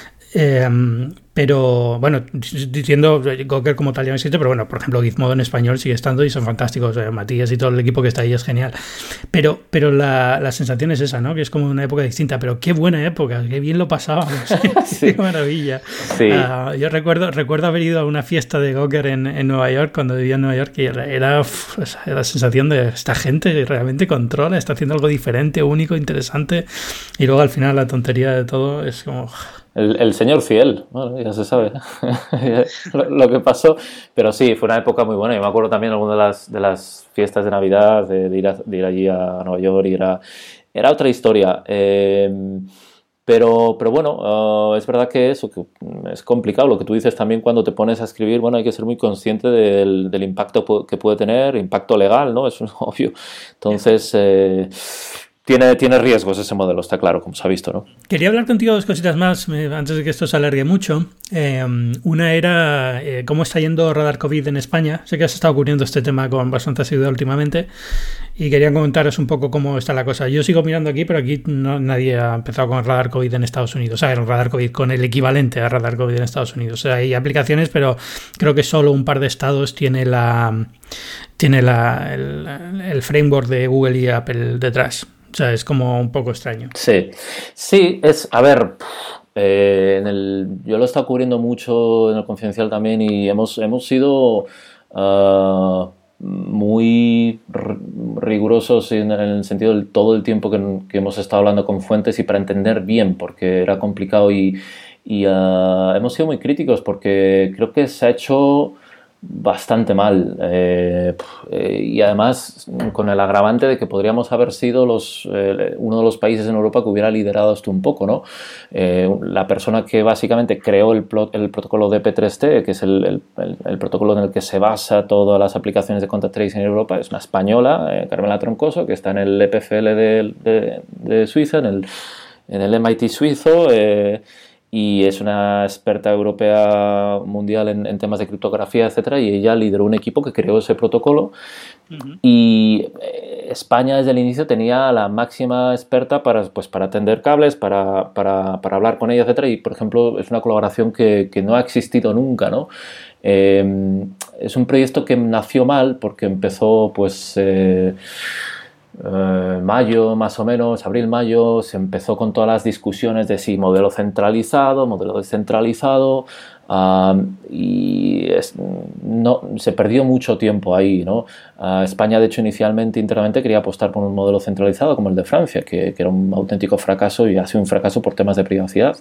Pero bueno, diciendo Gawker como tal ya no existe, pero bueno, por ejemplo, Gizmodo en español sigue estando y son fantásticos. Matías y todo el equipo que está ahí es genial. Pero la sensación es esa, ¿no? Que es como una época distinta, pero qué buena época, qué bien lo pasábamos. Sí. Qué maravilla. Sí. Yo recuerdo haber ido a una fiesta de Gawker en Nueva York cuando vivía en Nueva York, y era la sensación de esta gente realmente controla, está haciendo algo diferente, único, interesante, y luego al final la tontería de todo es como... El señor fiel, bueno, ya se sabe lo que pasó, pero sí, fue una época muy buena. Yo me acuerdo también algunas de las fiestas de Navidad, de ir allí a Nueva York, y era otra historia. Pero bueno, es verdad que eso que es complicado. Lo que tú dices también cuando te pones a escribir, bueno, hay que ser muy consciente del impacto que puede tener, impacto legal, ¿no? Eso es obvio. Entonces... Tiene riesgos ese modelo, está claro, como se ha visto, ¿no? Quería hablar contigo de dos cositas más antes de que esto se alargue mucho. Una era cómo está yendo Radar COVID en España. Sé que has estado cubriendo este tema con bastante asiduidad últimamente y quería comentaros un poco cómo está la cosa. Yo sigo mirando aquí, pero aquí nadie ha empezado con Radar COVID en Estados Unidos. O sea, el Radar COVID con el equivalente a Radar COVID en Estados Unidos. O sea, hay aplicaciones, pero creo que solo un par de estados tiene el framework de Google y Apple detrás. O sea, es como un poco extraño. Sí, a ver, yo lo he estado cubriendo mucho en el Confidencial también, y hemos sido muy rigurosos en el sentido de todo el tiempo que hemos estado hablando con fuentes y para entender bien, porque era complicado, y hemos sido muy críticos porque creo que se ha hecho bastante mal, y además con el agravante de que podríamos haber sido uno de los países en Europa que hubiera liderado esto un poco, ¿no? La persona que básicamente creó el protocolo DP3T, que es el protocolo en el que se basa todas las aplicaciones de contact tracing en Europa, es una española, Carmela Troncoso, que está en el EPFL de Suiza, en el MIT suizo, y es una experta europea mundial en temas de criptografía, etcétera, y ella lideró un equipo que creó ese protocolo. Y España desde el inicio tenía la máxima experta para tender cables, para hablar con ella, etcétera, y por ejemplo es una colaboración que no ha existido nunca, ¿no? Es un proyecto que nació mal porque empezó mayo más o menos, abril-mayo, se empezó con todas las discusiones de si modelo centralizado, modelo descentralizado, y se perdió mucho tiempo ahí, ¿no? España, de hecho, internamente quería apostar por un modelo centralizado como el de Francia, que era un auténtico fracaso y ha sido un fracaso por temas de privacidad.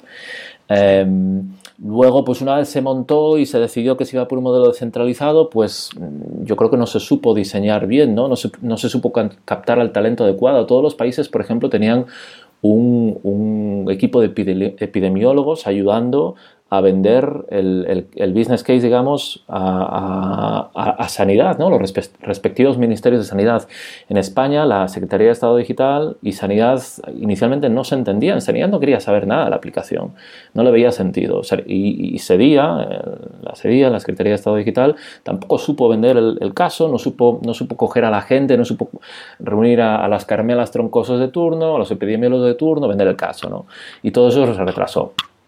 Luego, pues una vez se montó y se decidió que se iba por un modelo descentralizado, pues yo creo que no se supo diseñar bien, ¿no? No se supo captar al talento adecuado. Todos los países, por ejemplo, tenían un equipo de epidemiólogos ayudando a vender el business case, digamos, a Sanidad, ¿no? Los respectivos ministerios de Sanidad. En España, la Secretaría de Estado Digital y Sanidad inicialmente no se entendían. Sanidad no quería saber nada de la aplicación, no le veía sentido. Y la Secretaría de Estado Digital, tampoco supo vender el caso, no supo coger a la gente, no supo reunir a las Carmelas troncosos de turno, a los epidemiólogos de turno, vender el caso, ¿no? Y todo eso se retrasó.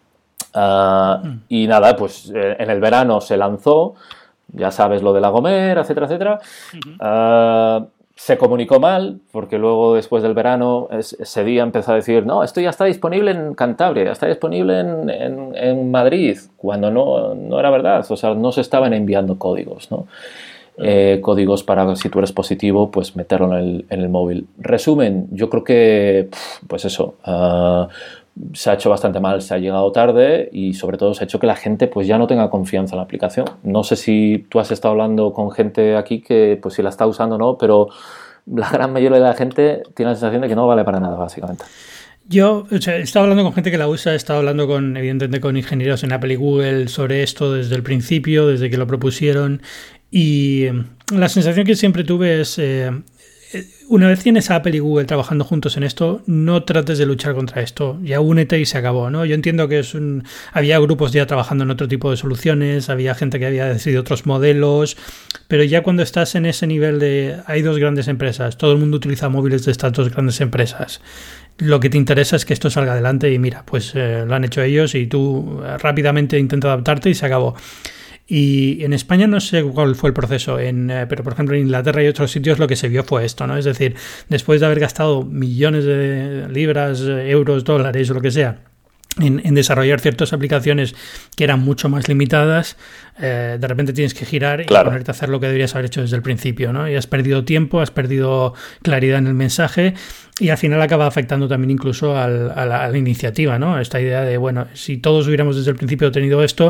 Y nada, pues en el verano se lanzó, ya sabes lo de La Gomera, etcétera, etcétera. Se comunicó mal, porque luego después del verano ese día empezó a decir, no, esto ya está disponible en Cantabria, ya está disponible en Madrid, cuando no era verdad, o sea, no se estaban enviando códigos, ¿no? Códigos para, si tú eres positivo, pues meterlo en el móvil. Resumen, yo creo que, pues eso, se ha hecho bastante mal, se ha llegado tarde y sobre todo se ha hecho que la gente pues ya no tenga confianza en la aplicación. No sé si tú has estado hablando con gente aquí que pues si la está usando o no, pero la gran mayoría de la gente tiene la sensación de que no vale para nada, básicamente. Yo he estado hablando con gente que la usa, he estado hablando evidentemente con ingenieros en Apple y Google sobre esto desde el principio, desde que lo propusieron, y la sensación que siempre tuve es... una vez tienes a Apple y Google trabajando juntos en esto, no trates de luchar contra esto, ya únete y se acabó, ¿no? Yo entiendo que había grupos ya trabajando en otro tipo de soluciones, había gente que había decidido otros modelos, pero ya cuando estás en ese nivel de hay dos grandes empresas, todo el mundo utiliza móviles de estas dos grandes empresas, lo que te interesa es que esto salga adelante y mira, pues lo han hecho ellos y tú rápidamente intenta adaptarte y se acabó. Y en España no sé cuál fue el proceso, pero por ejemplo en Inglaterra y otros sitios lo que se vio fue esto, ¿no? Es decir, después de haber gastado millones de libras, euros, dólares o lo que sea en desarrollar ciertas aplicaciones que eran mucho más limitadas, de repente tienes que girar y ponerte a hacer lo que deberías haber hecho desde el principio, ¿no? Y has perdido tiempo, has perdido claridad en el mensaje y al final acaba afectando también incluso a la iniciativa, ¿no? Esta idea de, bueno, si todos hubiéramos desde el principio tenido esto,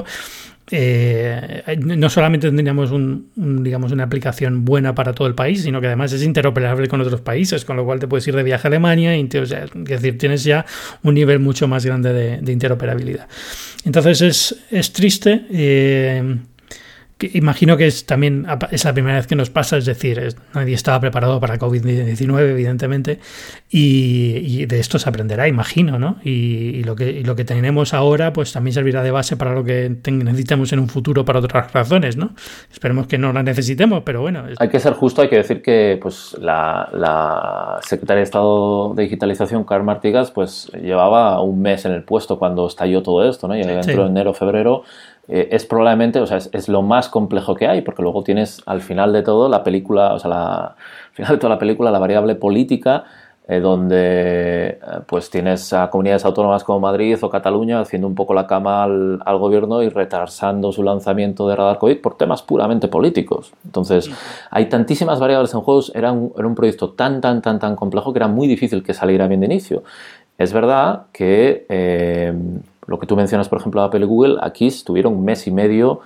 no solamente tendríamos digamos una aplicación buena para todo el país, sino que además es interoperable con otros países, con lo cual te puedes ir de viaje a Alemania es decir, tienes ya un nivel mucho más grande de interoperabilidad. Entonces es triste, que imagino que también es la primera vez que nos pasa, es decir, nadie estaba preparado para COVID-19, evidentemente, y de esto se aprenderá, imagino, ¿no? Y lo que tenemos ahora, pues también servirá de base para lo que necesitamos en un futuro para otras razones, ¿no? Esperemos que no la necesitemos, pero bueno. Hay que ser justo, hay que decir que pues la Secretaria de Estado de Digitalización, Carme Artigas, pues llevaba un mes en el puesto cuando estalló todo esto, ¿no? Y entró en enero, febrero. Es probablemente, o sea, es lo más complejo que hay, porque luego tienes al final de todo la película, o sea, al final de toda la película, la variable política, donde pues tienes a comunidades autónomas como Madrid o Cataluña haciendo un poco la cama al gobierno y retrasando su lanzamiento de Radar COVID por temas puramente políticos. Entonces, hay tantísimas variables en juego, era un proyecto tan complejo que era muy difícil que saliera bien de inicio. Es verdad que lo que tú mencionas, por ejemplo, Apple y Google, aquí estuvieron un mes y medio,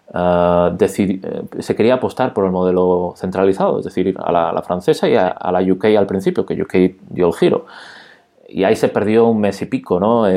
se quería apostar por el modelo centralizado, es decir, a la francesa y a la UK al principio, que UK dio el giro. Y ahí se perdió un mes y pico, ¿no?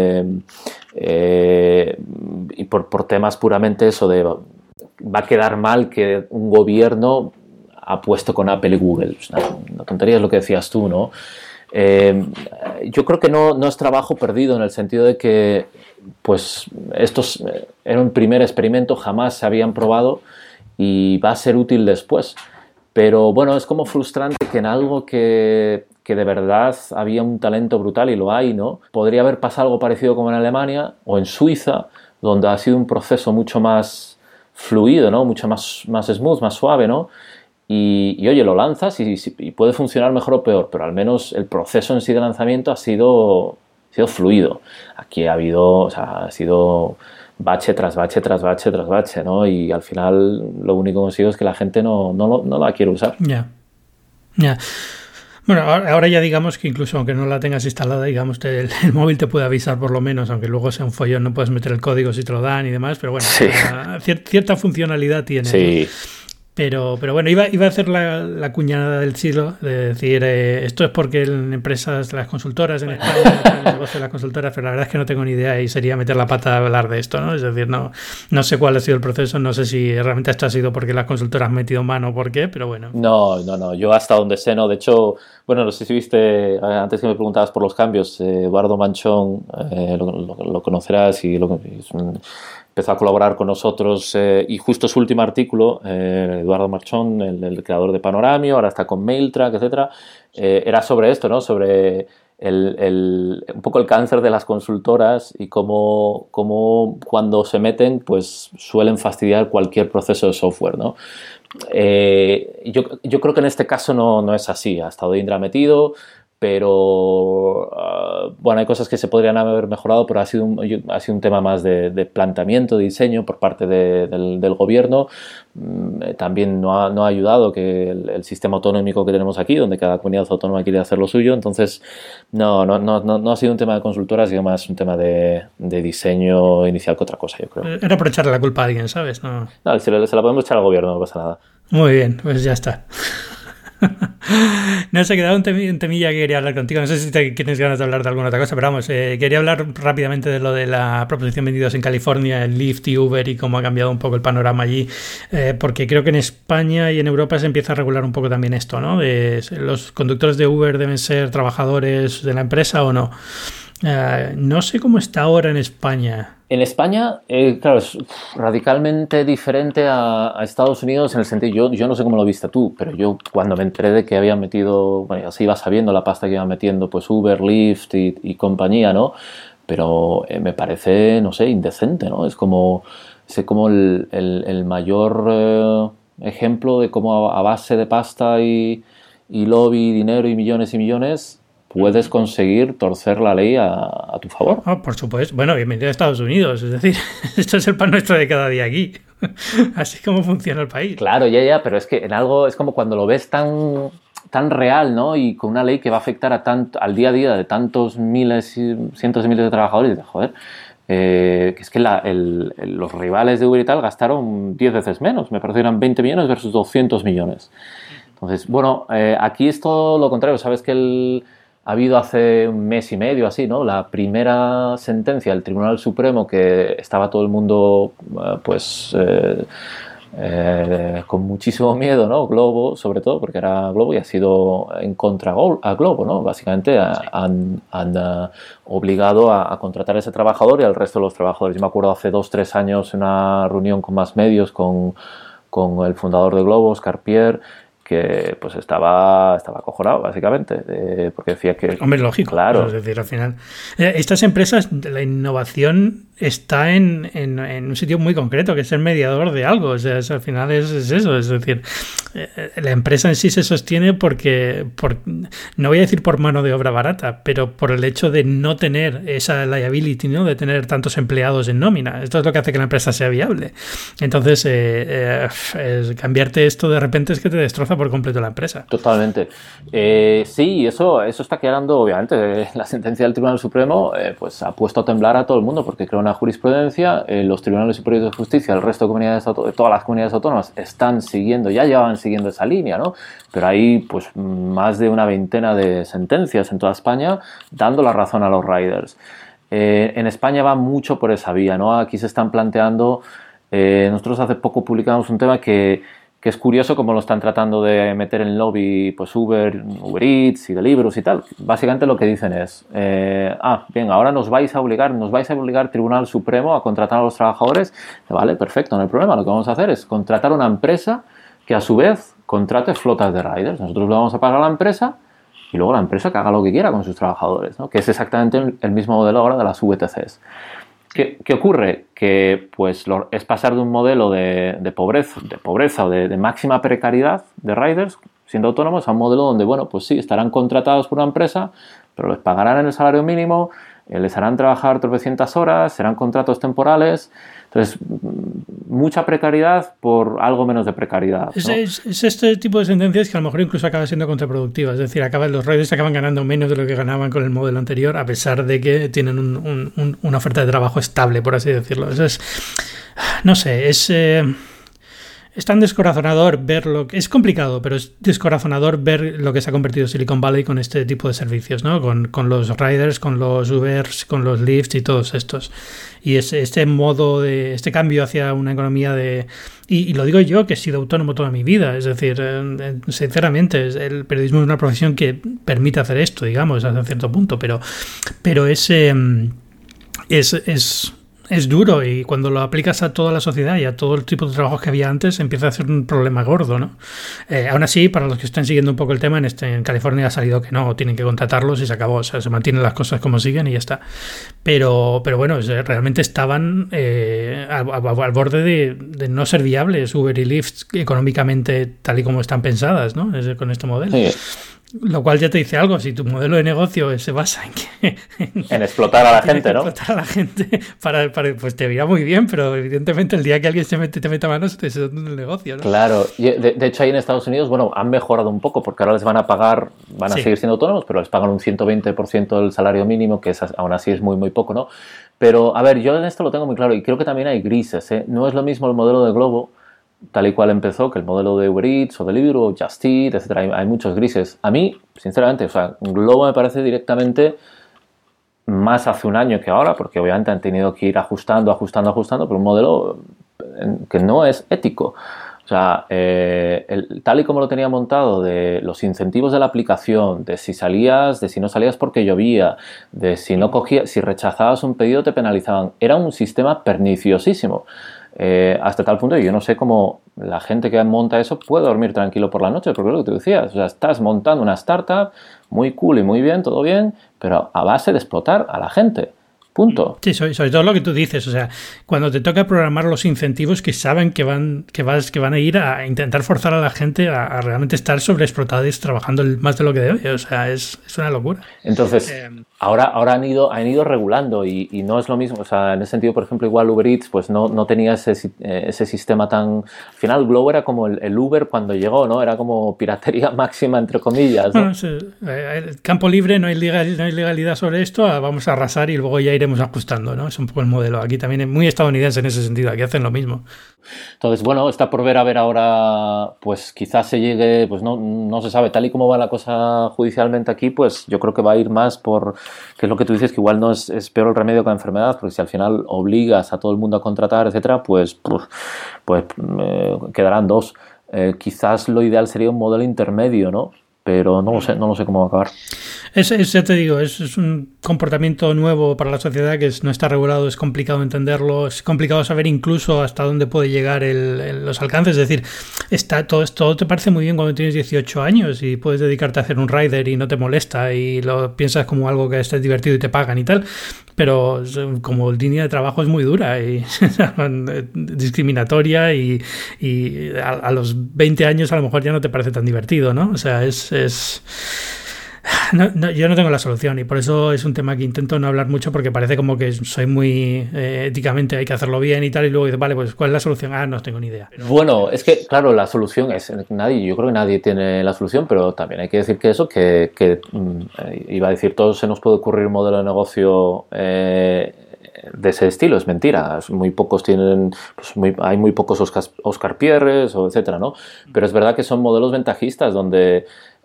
Y por temas puramente eso de va a quedar mal que un gobierno apueste con Apple y Google. Una tontería es lo que decías tú, ¿no? Yo creo que no es trabajo perdido en el sentido de que pues estos era un primer experimento, jamás se habían probado y va a ser útil después. Pero bueno, es como frustrante que en algo que de verdad había un talento brutal, y lo hay, ¿no? Podría haber pasado algo parecido como en Alemania o en Suiza, donde ha sido un proceso mucho más fluido, ¿no? Mucho más smooth, más suave, ¿no? Y oye, lo lanzas y puede funcionar mejor o peor, pero al menos el proceso en sí de lanzamiento ha sido fluido. Aquí ha sido bache tras bache tras bache tras bache, ¿no? Y al final lo único que consigo es que la gente no la quiere usar. Ya. Bueno, ahora ya digamos que incluso aunque no la tengas instalada, digamos que el móvil te puede avisar por lo menos, aunque luego sea un follón, no puedes meter el código si te lo dan y demás, pero bueno, sí. Cierta funcionalidad tiene. Sí. ¿No? Pero bueno, iba a hacer la cuñada del siglo, de decir, esto es porque en empresas, las consultoras en España, el negocio de las consultoras, pero la verdad es que no tengo ni idea y sería meter la pata a hablar de esto, ¿no? Es decir, no sé cuál ha sido el proceso, no sé si realmente esto ha sido porque las consultoras han metido mano o por qué, pero bueno. No, yo hasta donde sé, no. De hecho, bueno, no sé si viste, antes que me preguntabas por los cambios, Eduardo Manchón, lo conocerás y empezó a colaborar con nosotros y justo su último artículo, Eduardo Marchón, el creador de Panoramio, ahora está con Mailtrack, etcétera, era sobre esto, ¿no? Sobre un poco el cáncer de las consultoras y cómo cuando se meten pues suelen fastidiar cualquier proceso de software, ¿no? Yo creo que en este caso no es así. Ha estado Indra metido, pero bueno, hay cosas que se podrían haber mejorado, pero ha sido un tema más de planteamiento, de diseño por parte del gobierno. También no ha ayudado que el sistema autonómico que tenemos aquí, donde cada comunidad autónoma quiere hacer lo suyo. Entonces no ha sido un tema de consultora, ha sido más un tema de diseño inicial que otra cosa, yo creo. Era por echarle la culpa a alguien, ¿sabes? No, se la podemos echar al gobierno, no pasa nada. Muy bien, pues ya está. No sé, quedaba un temilla que quería hablar contigo. No sé si tienes ganas de hablar de alguna otra cosa, pero vamos, quería hablar rápidamente de lo de la proposición 22 en California, el Lyft y Uber y cómo ha cambiado un poco el panorama allí, porque creo que en España y en Europa se empieza a regular un poco también esto, ¿no? ¿Los conductores de Uber deben ser trabajadores de la empresa o no? No sé cómo está ahora en España. En España, claro, es radicalmente diferente a Estados Unidos en el sentido, yo no sé cómo lo viste tú, pero yo cuando me enteré de que habían metido, bueno, ya se iba sabiendo la pasta que iban metiendo, pues Uber, Lyft y compañía, ¿no? Pero me parece, no sé, indecente, ¿no? Es como el mayor ejemplo de cómo a base de pasta y lobby, dinero y millones puedes conseguir torcer la ley a tu favor. Oh, por supuesto. Bueno, bienvenido a Estados Unidos. Es decir, esto es el pan nuestro de cada día aquí. Así como funciona el país. Claro, ya, pero es que en algo es como cuando lo ves tan real, ¿no? Y con una ley que va a afectar al día a día de tantos miles y cientos de miles de trabajadores. Y dices, joder, que es que los rivales de Uber y tal gastaron 10 veces menos. Me parece que eran 20 millones versus 200 millones. Entonces, bueno, aquí es todo lo contrario. Sabes que ha habido hace un mes y medio así, ¿no? La primera sentencia del Tribunal Supremo, que estaba todo el mundo con muchísimo miedo, ¿no? Globo, sobre todo, porque era Globo y ha sido en contra a Globo, ¿no? Básicamente han obligado a contratar a ese trabajador y al resto de los trabajadores. Yo me acuerdo hace 2-3 años en una reunión con más medios con el fundador de Globo, Oscar Pierre, que pues estaba acojonado básicamente, porque decía que... Hombre, lógico. Claro. Es decir, al final... Estas empresas, la innovación está en un sitio muy concreto, que es el mediador de algo. O sea, al final es eso. Es decir, la empresa en sí se sostiene no voy a decir por mano de obra barata, pero por el hecho de no tener esa liability, ¿no? De tener tantos empleados en nómina. Esto es lo que hace que la empresa sea viable. Entonces, cambiarte esto de repente es que te destroza por completo la empresa. Totalmente. Sí, eso está quedando, obviamente. La sentencia del Tribunal Supremo pues ha puesto a temblar a todo el mundo porque crea una jurisprudencia. Los tribunales superiores de justicia, el resto de todas las comunidades autónomas ya llevaban siguiendo esa línea, ¿no? Pero hay pues más de una veintena de sentencias en toda España dando la razón a los riders. En España va mucho por esa vía, ¿no? Aquí se están planteando... nosotros hace poco publicamos un tema que que es curioso cómo lo están tratando de meter en lobby, pues Uber Eats y Deliveroo y tal. Básicamente lo que dicen es, bien, ahora nos vais a obligar, Tribunal Supremo a contratar a los trabajadores. Vale, perfecto, no hay problema. Lo que vamos a hacer es contratar una empresa que a su vez contrate flotas de riders. Nosotros le vamos a pagar a la empresa y luego la empresa que haga lo que quiera con sus trabajadores, ¿no? Que es exactamente el mismo modelo ahora de las VTCs. ¿Qué ocurre? Que pues es pasar de un modelo de pobreza o de máxima precariedad de riders, siendo autónomos, a un modelo donde, bueno, pues sí, estarán contratados por una empresa, pero les pagarán en el salario mínimo, les harán trabajar 300 horas, serán contratos temporales. Entonces, mucha precariedad por algo menos de precariedad, ¿no? Es este tipo de sentencias que a lo mejor incluso acaba siendo contraproductiva. Es decir, los riders acaban ganando menos de lo que ganaban con el modelo anterior, a pesar de que tienen una oferta de trabajo estable, por así decirlo. Eso es, no sé, es tan descorazonador verlo. Es complicado, pero es descorazonador ver lo que se ha convertido Silicon Valley con este tipo de servicios, ¿no? Con los riders, con los Ubers, con los Lyfts y todos estos. Y este cambio hacia una economía y lo digo yo, que he sido autónomo toda mi vida. Es decir, sinceramente, el periodismo es una profesión que permite hacer esto, digamos, hasta cierto punto, pero es duro, y cuando lo aplicas a toda la sociedad y a todo el tipo de trabajos que había antes, empieza a ser un problema gordo, ¿no? Aún así, para los que estén siguiendo un poco el tema, en California ha salido que no, tienen que contratarlos y se acabó. O sea, se mantienen las cosas como siguen y ya está. Pero bueno, realmente estaban al borde de no ser viables Uber y Lyft económicamente tal y como están pensadas, ¿no? Con este modelo. Sí. Lo cual ya te dice algo. Si tu modelo de negocio se basa en explotar a la gente, ¿no? Explotar a la gente, pues te irá muy bien, pero evidentemente el día que alguien te meta manos, te se el negocio, ¿no? Claro. De hecho, ahí en Estados Unidos, bueno, han mejorado un poco, porque ahora les van a pagar, van a seguir siendo autónomos, pero les pagan un 120% del salario mínimo, que aún así es muy, muy poco, ¿no? Pero, a ver, yo en esto lo tengo muy claro, y creo que también hay grises, ¿eh? No es lo mismo el modelo de Glovo, tal y cual empezó, que el modelo de Uber Eats o Deliveroo o Just Eat, etcétera. Hay muchos grises. A mí, sinceramente, o sea, Glovo me parece directamente más hace un año que ahora, porque obviamente han tenido que ir ajustando, pero un modelo que no es ético. O sea, tal y como lo tenía montado, de los incentivos de la aplicación, de si no salías porque llovía, de si rechazabas un pedido te penalizaban, era un sistema perniciosísimo. Hasta tal punto que yo no sé cómo la gente que monta eso puede dormir tranquilo por la noche, porque es lo que tú decías, o sea, estás montando una startup muy cool y muy bien, todo bien, pero a base de explotar a la gente. Punto. Sí, sobre todo lo que tú dices, o sea, cuando te toca programar los incentivos que saben que van a ir a intentar forzar a la gente a realmente estar sobreexplotada y trabajando más de lo que debe, o sea, es una locura. Entonces, ahora han ido regulando y no es lo mismo, o sea, en ese sentido, por ejemplo, igual Uber Eats pues no tenía ese sistema tan... Al final Glovo era como el Uber cuando llegó, ¿no? Era como piratería máxima, entre comillas, ¿no? Bueno, campo libre, no hay legalidad sobre esto, vamos a arrasar y luego ya iremos ajustando, ¿no? Es un poco el modelo. Aquí también es muy estadounidense en ese sentido, aquí hacen lo mismo. Entonces, bueno, está por ver ahora, pues quizás se llegue, pues no se sabe, tal y como va la cosa judicialmente aquí, pues yo creo que va a ir más por, que es lo que tú dices, que igual no es peor el remedio que la enfermedad, porque si al final obligas a todo el mundo a contratar, etcétera, pues quedarán dos. Quizás lo ideal sería un modelo intermedio, ¿no? Pero no lo sé cómo va a acabar. Ya te digo, es un comportamiento nuevo para la sociedad que no está regulado, es complicado entenderlo, es complicado saber incluso hasta dónde puede llegar los alcances. Es decir, todo te parece muy bien cuando tienes 18 años y puedes dedicarte a hacer un rider y no te molesta y lo piensas como algo que esté divertido y te pagan y tal, pero como línea de trabajo es muy dura y discriminatoria y a los 20 años a lo mejor ya no te parece tan divertido, ¿no? O sea, yo no tengo la solución y por eso es un tema que intento no hablar mucho, porque parece como que soy muy éticamente hay que hacerlo bien y tal, y luego dices, vale, pues ¿cuál es la solución? No tengo ni idea. Bueno, es que claro, la solución es yo creo que nadie tiene la solución, pero también hay que decir que iba a decir, todos se nos puede ocurrir un modelo de negocio de ese estilo, es mentira, muy pocos tienen, hay muy pocos Oscar Pierres o etcétera, ¿no? Pero es verdad que son modelos ventajistas donde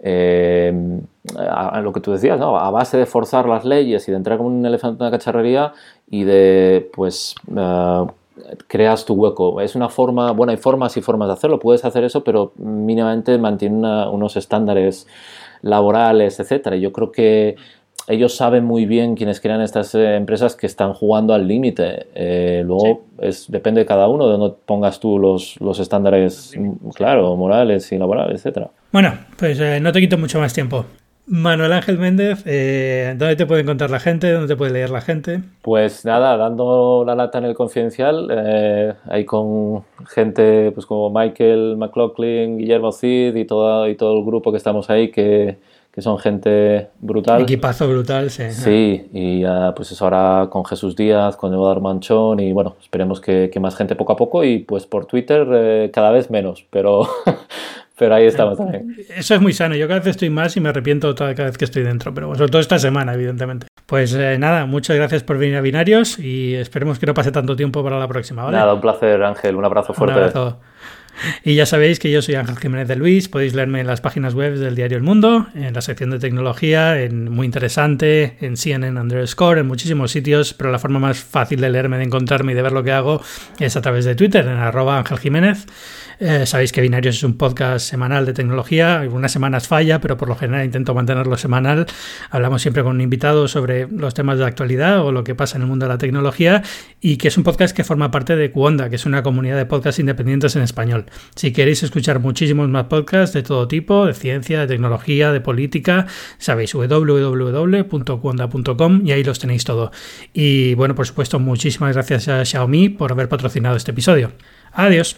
a lo que tú decías, ¿no? A base de forzar las leyes y de entrar como un elefante en una cacharrería y de creas tu hueco. Es una forma, bueno, hay formas y formas de hacerlo, puedes hacer eso, pero mínimamente mantiene unos estándares laborales, etcétera. Yo creo que ellos saben muy bien, quienes crean estas empresas, que están jugando al límite. Luego depende de cada uno de dónde pongas tú los estándares, claro, morales y laborales, etcétera. Bueno, pues no te quito mucho más tiempo. Manuel Ángel Méndez, ¿dónde te puede encontrar la gente? ¿Dónde te puede leer la gente? Pues nada, dando la lata en el Confidencial, ahí con gente pues como Michael McLaughlin, Guillermo Cid y todo el grupo que estamos ahí, que son gente brutal. Equipazo brutal, sí. Sí, y pues eso ahora con Jesús Díaz, con Eduardo Manchón y bueno, esperemos que más gente poco a poco y pues por Twitter cada vez menos, pero ahí estamos también. Eso es muy sano, yo cada vez estoy más y me arrepiento cada vez que estoy dentro, pero sobre todo esta semana, evidentemente. Pues nada, muchas gracias por venir a Binarios y esperemos que no pase tanto tiempo para la próxima, ¿vale? Nada, un placer, Ángel, un abrazo fuerte. Un abrazo. Y ya sabéis que yo soy Ángel Jiménez de Luis, podéis leerme en las páginas web del diario El Mundo, en la sección de tecnología, en Muy Interesante, en CNN_, en muchísimos sitios, pero la forma más fácil de leerme, de encontrarme y de ver lo que hago es a través de Twitter, en @AngelJiménez. Sabéis que Binarios es un podcast semanal de tecnología, algunas semanas falla, pero por lo general intento mantenerlo semanal. Hablamos siempre con un invitado sobre los temas de actualidad o lo que pasa en el mundo de la tecnología, y que es un podcast que forma parte de Cuonda, que es una comunidad de podcasts independientes en español. Si queréis escuchar muchísimos más podcasts de todo tipo, de ciencia, de tecnología, de política, sabéis, www.cuonda.com, y ahí los tenéis todo. Y bueno, por supuesto, muchísimas gracias a Xiaomi por haber patrocinado este episodio. Adiós.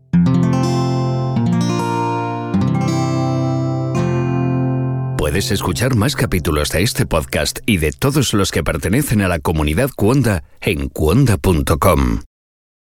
Puedes escuchar más capítulos de este podcast y de todos los que pertenecen a la comunidad Cuonda en cuonda.com.